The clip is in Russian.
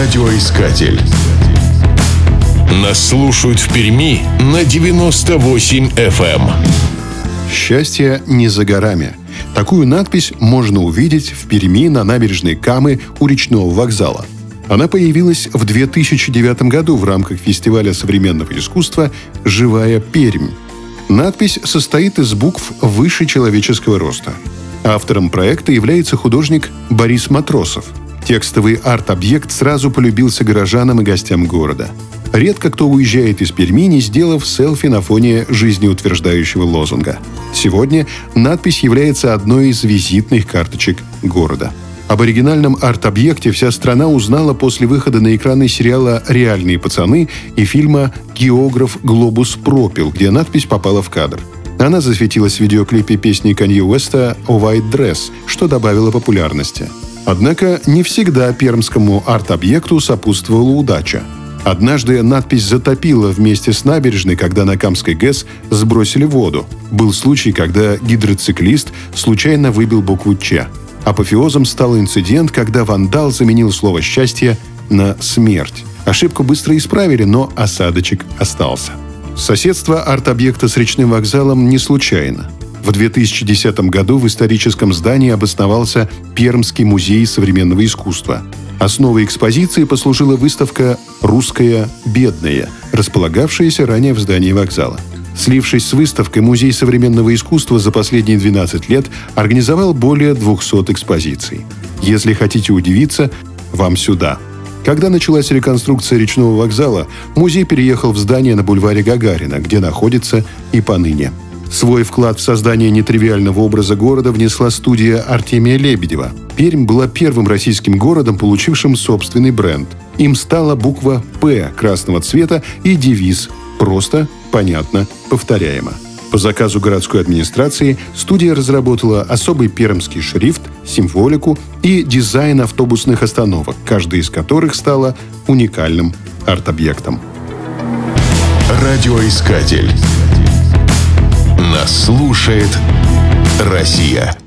Радиоискатель. Нас слушают в Перми на 98 FM. Счастье не за горами. Такую надпись можно увидеть в Перми на набережной Камы у речного вокзала. Она появилась в 2009 году в рамках фестиваля современного искусства «Живая Пермь». Надпись состоит из букв выше человеческого роста. Автором проекта является художник Борис Матросов. Текстовый арт-объект сразу полюбился горожанам и гостям города. Редко кто уезжает из Перми, не сделав селфи на фоне жизнеутверждающего лозунга. Сегодня надпись является одной из визитных карточек города. Об оригинальном арт-объекте вся страна узнала после выхода на экраны сериала «Реальные пацаны» и фильма «Географ Глобус пропил», где надпись попала в кадр. Она засветилась в видеоклипе песни Канье Уэста «White Dress», что добавило популярности. Однако не всегда пермскому арт-объекту сопутствовала удача. Однажды надпись затопила вместе с набережной, когда на Камской ГЭС сбросили воду. Был случай, когда гидроциклист случайно выбил букву «Ч». Апофеозом стал инцидент, когда вандал заменил слово «счастье» на «смерть». Ошибку быстро исправили, но осадочек остался. Соседство арт-объекта с речным вокзалом не случайно. В 2010 году в историческом здании обосновался Пермский музей современного искусства. Основой экспозиции послужила выставка «Русская бедная», располагавшаяся ранее в здании вокзала. Слившись с выставкой, Музей современного искусства за последние 12 лет организовал более 200 экспозиций. Если хотите удивиться, вам сюда. Когда началась реконструкция речного вокзала, музей переехал в здание на бульваре Гагарина, где находится и поныне. Свой вклад в создание нетривиального образа города внесла студия Артемия Лебедева. Пермь была первым российским городом, получившим собственный бренд. Им стала буква «П» красного цвета и девиз «Просто, понятно, повторяемо». По заказу городской администрации студия разработала особый пермский шрифт, символику и дизайн автобусных остановок, каждая из которых стала уникальным арт-объектом. Радиоискатель. Нас слушает Россия.